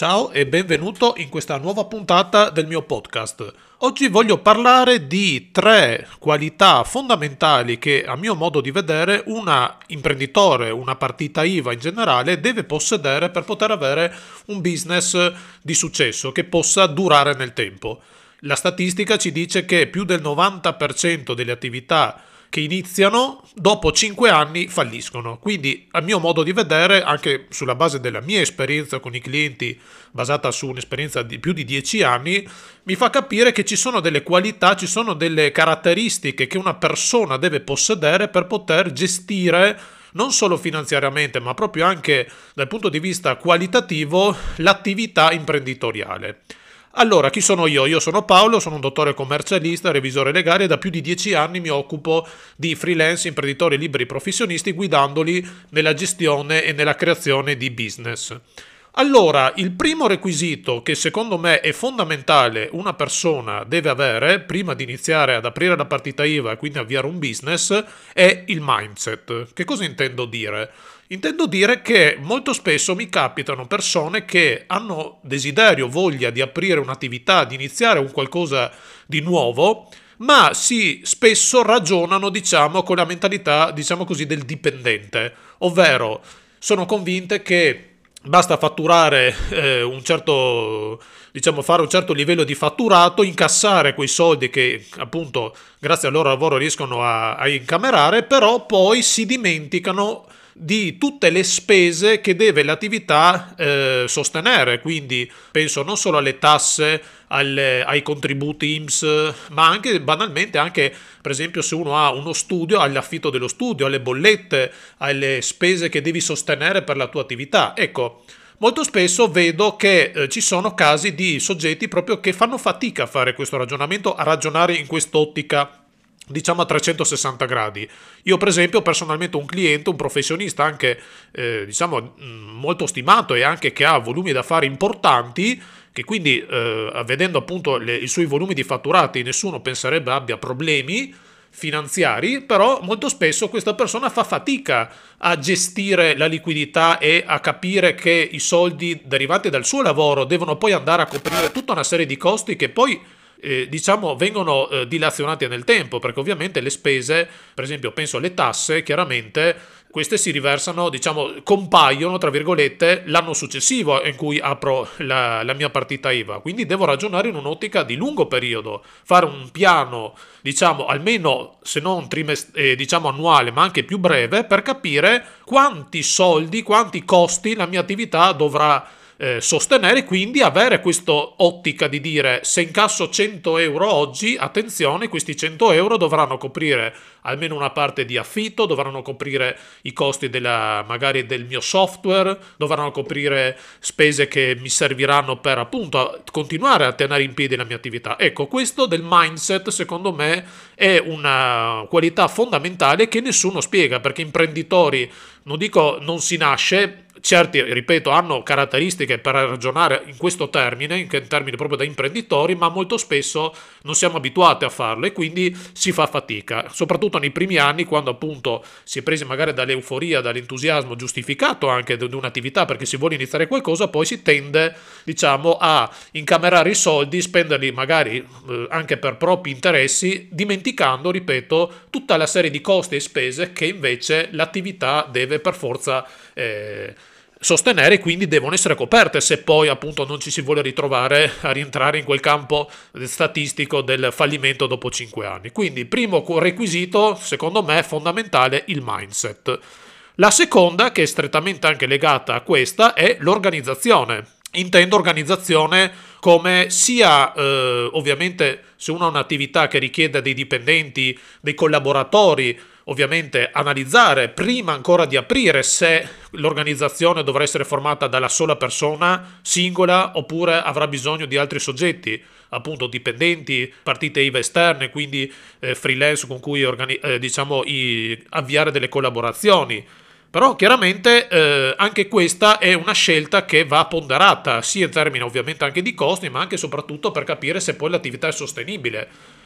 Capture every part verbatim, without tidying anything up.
Ciao e benvenuto in questa nuova puntata del mio podcast. Oggi voglio parlare di tre qualità fondamentali che, a mio modo di vedere, un imprenditore, una partita I V A in generale, deve possedere per poter avere un business di successo che possa durare nel tempo. La statistica ci dice che più del novanta per cento delle attività che iniziano dopo cinque anni falliscono. Quindi, a mio modo di vedere, anche sulla base della mia esperienza con i clienti, basata su un'esperienza di più di dieci anni, mi fa capire che ci sono delle qualità, ci sono delle caratteristiche che una persona deve possedere per poter gestire non solo finanziariamente, ma proprio anche dal punto di vista qualitativo l'attività imprenditoriale. Allora, chi sono io? Io sono Paolo, sono un dottore commercialista, revisore legale e da più di dieci anni mi occupo di freelance, imprenditori liberi professionisti, guidandoli nella gestione e nella creazione di business. Allora, il primo requisito che secondo me è fondamentale una persona deve avere prima di iniziare ad aprire la partita I V A e quindi avviare un business è il mindset. Che cosa intendo dire? Intendo dire che molto spesso mi capitano persone che hanno desiderio, voglia di aprire un'attività, di iniziare un qualcosa di nuovo, ma si spesso ragionano, diciamo, con la mentalità, diciamo così, del dipendente, ovvero sono convinte che basta fatturare eh, un certo, diciamo, fare un certo livello di fatturato, incassare quei soldi che appunto grazie al loro lavoro riescono a, a incamerare, però poi si dimenticano di tutte le spese che deve l'attività eh, sostenere, quindi penso non solo alle tasse, alle, ai contributi I N P S, ma anche banalmente anche per esempio se uno ha uno studio, all'affitto dello studio, alle bollette, alle spese che devi sostenere per la tua attività. Ecco, molto spesso vedo che eh, ci sono casi di soggetti proprio che fanno fatica a fare questo ragionamento, a ragionare in quest'ottica, diciamo a trecentosessanta gradi. Io per esempio personalmente un cliente, un professionista anche eh, diciamo molto stimato e anche che ha volumi d'affari importanti, che quindi eh, vedendo appunto le, i suoi volumi di fatturati nessuno penserebbe abbia problemi finanziari, però molto spesso questa persona fa fatica a gestire la liquidità e a capire che i soldi derivanti dal suo lavoro devono poi andare a coprire tutta una serie di costi che poi Eh, diciamo vengono eh, dilazionate nel tempo, perché ovviamente le spese, per esempio penso alle tasse, chiaramente queste si riversano, diciamo compaiono tra virgolette l'anno successivo in cui apro la, la mia partita I V A, quindi devo ragionare in un'ottica di lungo periodo, fare un piano diciamo almeno se non trimest- eh, diciamo annuale ma anche più breve per capire quanti soldi, quanti costi la mia attività dovrà Eh, sostenere, quindi avere questa ottica di dire se incasso cento euro oggi, attenzione, questi cento euro dovranno coprire almeno una parte di affitto, dovranno coprire i costi della, magari del mio software, dovranno coprire spese che mi serviranno per appunto continuare a tenere in piedi la mia attività. Ecco, questo del mindset secondo me è una qualità fondamentale che nessuno spiega, perché imprenditori, non dico non si nasce, certi, ripeto, hanno caratteristiche per ragionare in questo termine, in termini proprio da imprenditori, ma molto spesso non siamo abituati a farlo e quindi si fa fatica, soprattutto nei primi anni quando appunto si è presi magari dall'euforia, dall'entusiasmo giustificato anche di un'attività perché si vuole iniziare qualcosa, poi si tende, diciamo, a incamerare i soldi, spenderli magari eh, anche per propri interessi, dimenticando, ripeto, tutta la serie di costi e spese che invece l'attività deve per forza eh, sostenere, quindi devono essere coperte se poi appunto non ci si vuole ritrovare a rientrare in quel campo statistico del fallimento dopo cinque anni. Quindi primo requisito secondo me fondamentale il mindset. La seconda, che è strettamente anche legata a questa, è l'organizzazione. Intendo organizzazione come sia eh, ovviamente se uno ha un'attività che richiede dei dipendenti, dei collaboratori, ovviamente analizzare prima ancora di aprire se l'organizzazione dovrà essere formata dalla sola persona singola oppure avrà bisogno di altri soggetti, appunto dipendenti, partite I V A esterne, quindi eh, freelance con cui organi- eh, diciamo i- avviare delle collaborazioni. Però chiaramente eh, anche questa è una scelta che va ponderata, sia in termini ovviamente anche di costi, ma anche e soprattutto per capire se poi l'attività è sostenibile.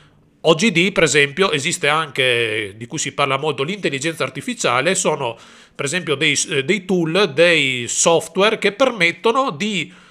O G D, per esempio, esiste anche, di cui si parla molto, l'intelligenza artificiale, sono per esempio dei, dei tool, dei software che permettono di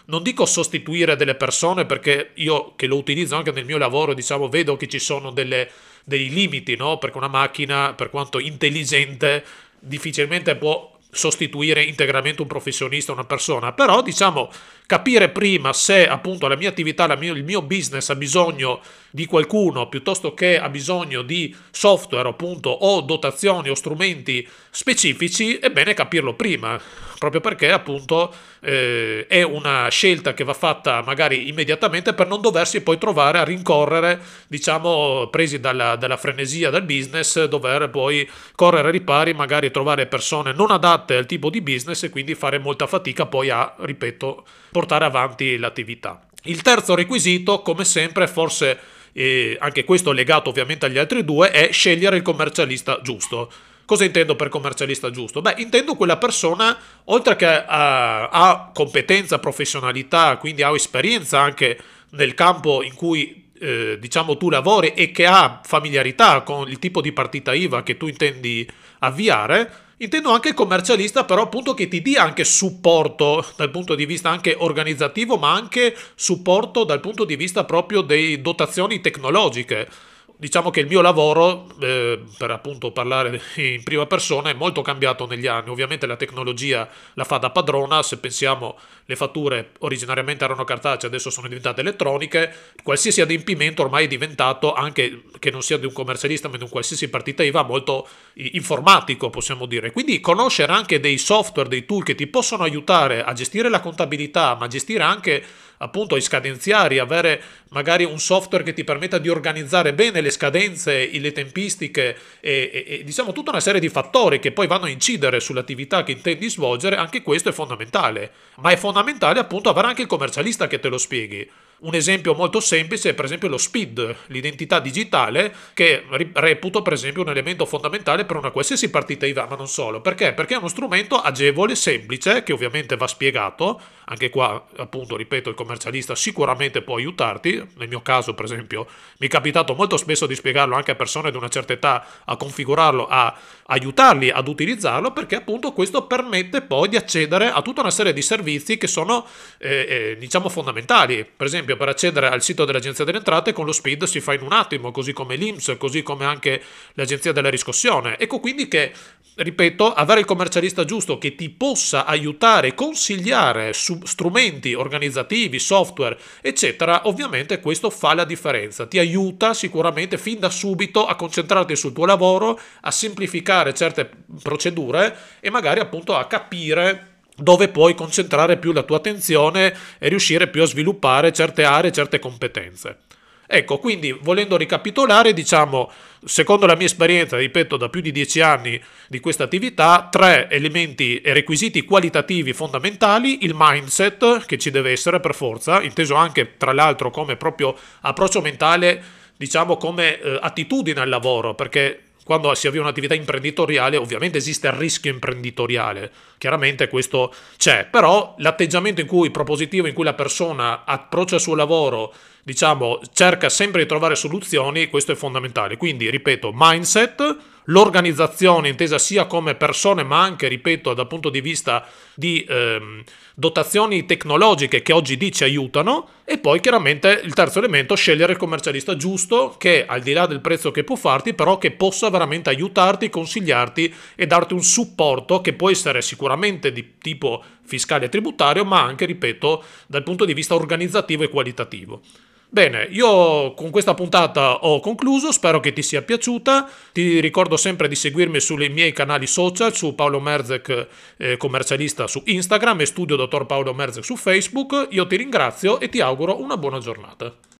non dico sostituire delle persone, perché io che lo utilizzo anche nel mio lavoro, diciamo, vedo che ci sono delle, dei limiti, no? Perché una macchina, per quanto intelligente, difficilmente può sostituire integralmente un professionista, una persona, però diciamo capire prima se appunto la mia attività, la mia, il mio business ha bisogno di qualcuno piuttosto che ha bisogno di software appunto o dotazioni o strumenti specifici, è bene capirlo prima, proprio perché appunto eh, è una scelta che va fatta magari immediatamente per non doversi poi trovare a rincorrere, diciamo, presi dalla, dalla frenesia del business, dover poi correre ai ripari, magari trovare persone non adatte al tipo di business e quindi fare molta fatica poi a, ripeto, portare avanti l'attività. Il terzo requisito, come sempre, forse eh, anche questo legato ovviamente agli altri due, è scegliere il commercialista giusto. Cosa intendo per commercialista giusto? Beh, intendo quella persona, oltre che ha, ha competenza, professionalità, quindi ha esperienza anche nel campo in cui eh, diciamo tu lavori e che ha familiarità con il tipo di partita I V A che tu intendi avviare. Intendo anche il commercialista, però appunto che ti dia anche supporto dal punto di vista anche organizzativo, ma anche supporto dal punto di vista proprio delle dotazioni tecnologiche. Diciamo che il mio lavoro, eh, per appunto parlare in prima persona, è molto cambiato negli anni. Ovviamente la tecnologia la fa da padrona, se pensiamo le fatture originariamente erano cartacee, adesso sono diventate elettroniche, qualsiasi adempimento ormai è diventato, anche che non sia di un commercialista ma di un qualsiasi partita I V A, molto informatico possiamo dire. Quindi conoscere anche dei software, dei tool che ti possono aiutare a gestire la contabilità, ma a gestire anche appunto i scadenziari, avere magari un software che ti permetta di organizzare bene le scadenze, le tempistiche e, e, e diciamo tutta una serie di fattori che poi vanno a incidere sull'attività che intendi svolgere, anche questo è fondamentale. Ma è fondamentale appunto avere anche il commercialista che te lo spieghi. Un esempio molto semplice è per esempio lo S P I D, l'identità digitale, che reputo per esempio un elemento fondamentale per una qualsiasi partita I V A, ma non solo. Perché? Perché è uno strumento agevole, semplice, che ovviamente va spiegato. Anche qua, appunto, ripeto, il commercialista sicuramente può aiutarti. Nel mio caso, per esempio, mi è capitato molto spesso di spiegarlo anche a persone di una certa età, a configurarlo, a aiutarli ad utilizzarlo, perché appunto questo permette poi di accedere a tutta una serie di servizi che sono, eh, eh, diciamo, fondamentali. Per esempio, per accedere al sito dell'Agenzia delle Entrate con lo S P I D si fa in un attimo, così come l'I N P S, così come anche l'Agenzia della Riscossione. Ecco quindi che, ripeto, avere il commercialista giusto che ti possa aiutare, consigliare su strumenti organizzativi, software, eccetera, ovviamente questo fa la differenza. Ti aiuta sicuramente fin da subito a concentrarti sul tuo lavoro, a semplificare certe procedure e magari appunto a capire dove puoi concentrare più la tua attenzione e riuscire più a sviluppare certe aree, certe competenze. Ecco, quindi volendo ricapitolare, diciamo, secondo la mia esperienza, ripeto, da più di dieci anni di questa attività, tre elementi e requisiti qualitativi fondamentali: il mindset, che ci deve essere per forza, inteso anche tra l'altro come proprio approccio mentale, diciamo come eh, attitudine al lavoro, perché quando si avvia un'attività imprenditoriale ovviamente esiste il rischio imprenditoriale, chiaramente questo c'è, però l'atteggiamento in cui, propositivo in cui la persona approccia il suo lavoro, diciamo, cerca sempre di trovare soluzioni, questo è fondamentale. Quindi, ripeto, mindset, l'organizzazione intesa sia come persone ma anche, ripeto, dal punto di vista di ehm, dotazioni tecnologiche che oggi di ci aiutano, e poi chiaramente il terzo elemento, scegliere il commercialista giusto che al di là del prezzo che può farti, però che possa veramente aiutarti, consigliarti e darti un supporto che può essere sicuramente di tipo fiscale e tributario, ma anche, ripeto, dal punto di vista organizzativo e qualitativo. Bene, io con questa puntata ho concluso, spero che ti sia piaciuta. Ti ricordo sempre di seguirmi sui miei canali social, su Paolo Merzec eh, commercialista su Instagram e Studio Dottor Paolo Merzec su Facebook. Io ti ringrazio e ti auguro una buona giornata.